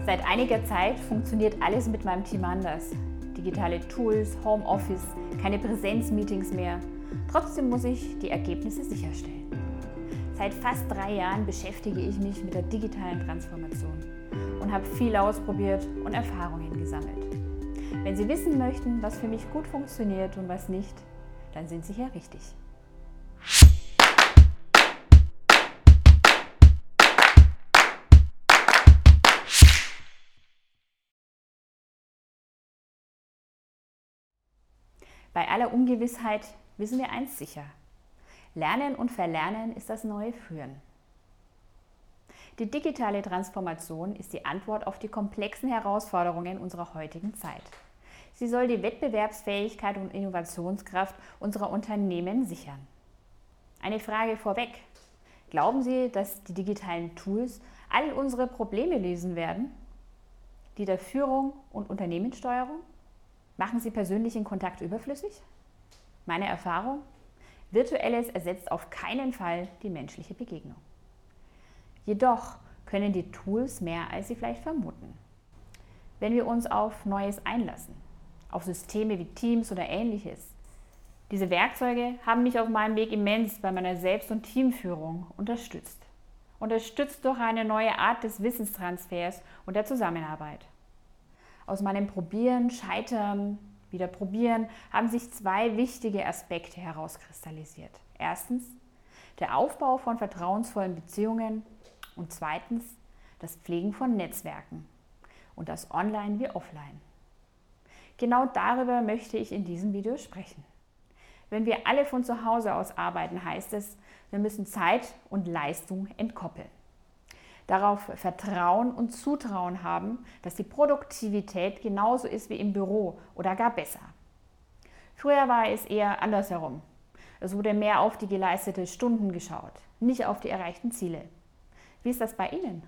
Seit einiger Zeit funktioniert alles mit meinem Team anders. Digitale Tools, Homeoffice, keine Präsenzmeetings mehr. Trotzdem muss ich die Ergebnisse sicherstellen. Seit fast 3 Jahren beschäftige ich mich mit der digitalen Transformation und habe viel ausprobiert und Erfahrungen gesammelt. Wenn Sie wissen möchten, was für mich gut funktioniert und was nicht, dann sind Sie hier richtig. Bei aller Ungewissheit wissen wir eins sicher: Lernen und Verlernen ist das neue Führen. Die digitale Transformation ist die Antwort auf die komplexen Herausforderungen unserer heutigen Zeit. Sie soll die Wettbewerbsfähigkeit und Innovationskraft unserer Unternehmen sichern. Eine Frage vorweg: Glauben Sie, dass die digitalen Tools all unsere Probleme lösen werden? Die der Führung und Unternehmenssteuerung? Machen Sie persönlichen Kontakt überflüssig? Meine Erfahrung: Virtuelles ersetzt auf keinen Fall die menschliche Begegnung. Jedoch können die Tools mehr, als Sie vielleicht vermuten. Wenn wir uns auf Neues einlassen, auf Systeme wie Teams oder Ähnliches. Diese Werkzeuge haben mich auf meinem Weg immens bei meiner Selbst- und Teamführung unterstützt. Unterstützt durch eine neue Art des Wissenstransfers und der Zusammenarbeit. Aus meinem Probieren, Scheitern, wieder Probieren haben sich 2 wichtige Aspekte herauskristallisiert. Erstens, der Aufbau von vertrauensvollen Beziehungen und zweitens, das Pflegen von Netzwerken und das online wie offline. Genau darüber möchte ich in diesem Video sprechen. Wenn wir alle von zu Hause aus arbeiten, heißt es, wir müssen Zeit und Leistung entkoppeln. Darauf Vertrauen und Zutrauen haben, dass die Produktivität genauso ist wie im Büro oder gar besser. Früher war es eher andersherum. Es wurde mehr auf die geleisteten Stunden geschaut, nicht auf die erreichten Ziele. Wie ist das bei Ihnen?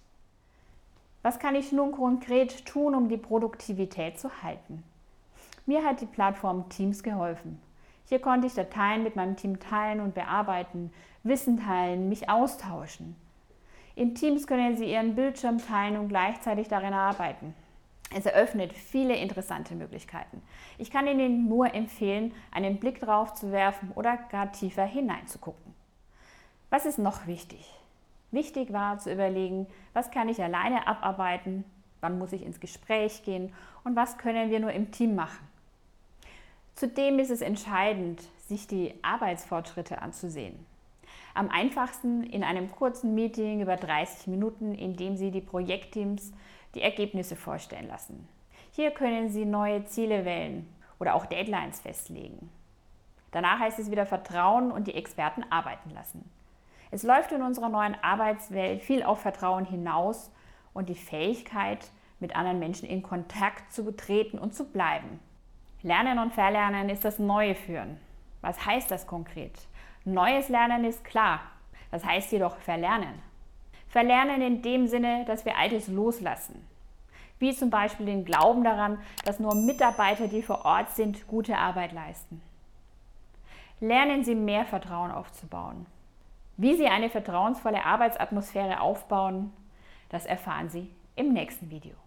Was kann ich nun konkret tun, um die Produktivität zu halten? Mir hat die Plattform Teams geholfen. Hier konnte ich Dateien mit meinem Team teilen und bearbeiten, Wissen teilen, mich austauschen. In Teams können Sie Ihren Bildschirm teilen und gleichzeitig darin arbeiten. Es eröffnet viele interessante Möglichkeiten. Ich kann Ihnen nur empfehlen, einen Blick drauf zu werfen oder gar tiefer hineinzugucken. Was ist noch wichtig? Wichtig war zu überlegen, was kann ich alleine abarbeiten, wann muss ich ins Gespräch gehen und was können wir nur im Team machen. Zudem ist es entscheidend, sich die Arbeitsfortschritte anzusehen. Am einfachsten in einem kurzen Meeting über 30 Minuten, in dem Sie die Projektteams die Ergebnisse vorstellen lassen. Hier können Sie neue Ziele wählen oder auch Deadlines festlegen. Danach heißt es wieder Vertrauen und die Experten arbeiten lassen. Es läuft in unserer neuen Arbeitswelt viel auf Vertrauen hinaus und die Fähigkeit, mit anderen Menschen in Kontakt zu treten und zu bleiben. Lernen und Verlernen ist das neue Führen. Was heißt das konkret? Neues Lernen ist klar. Das heißt jedoch Verlernen. Verlernen in dem Sinne, dass wir Altes loslassen. Wie zum Beispiel den Glauben daran, dass nur Mitarbeiter, die vor Ort sind, gute Arbeit leisten. Lernen Sie mehr Vertrauen aufzubauen. Wie Sie eine vertrauensvolle Arbeitsatmosphäre aufbauen, das erfahren Sie im nächsten Video.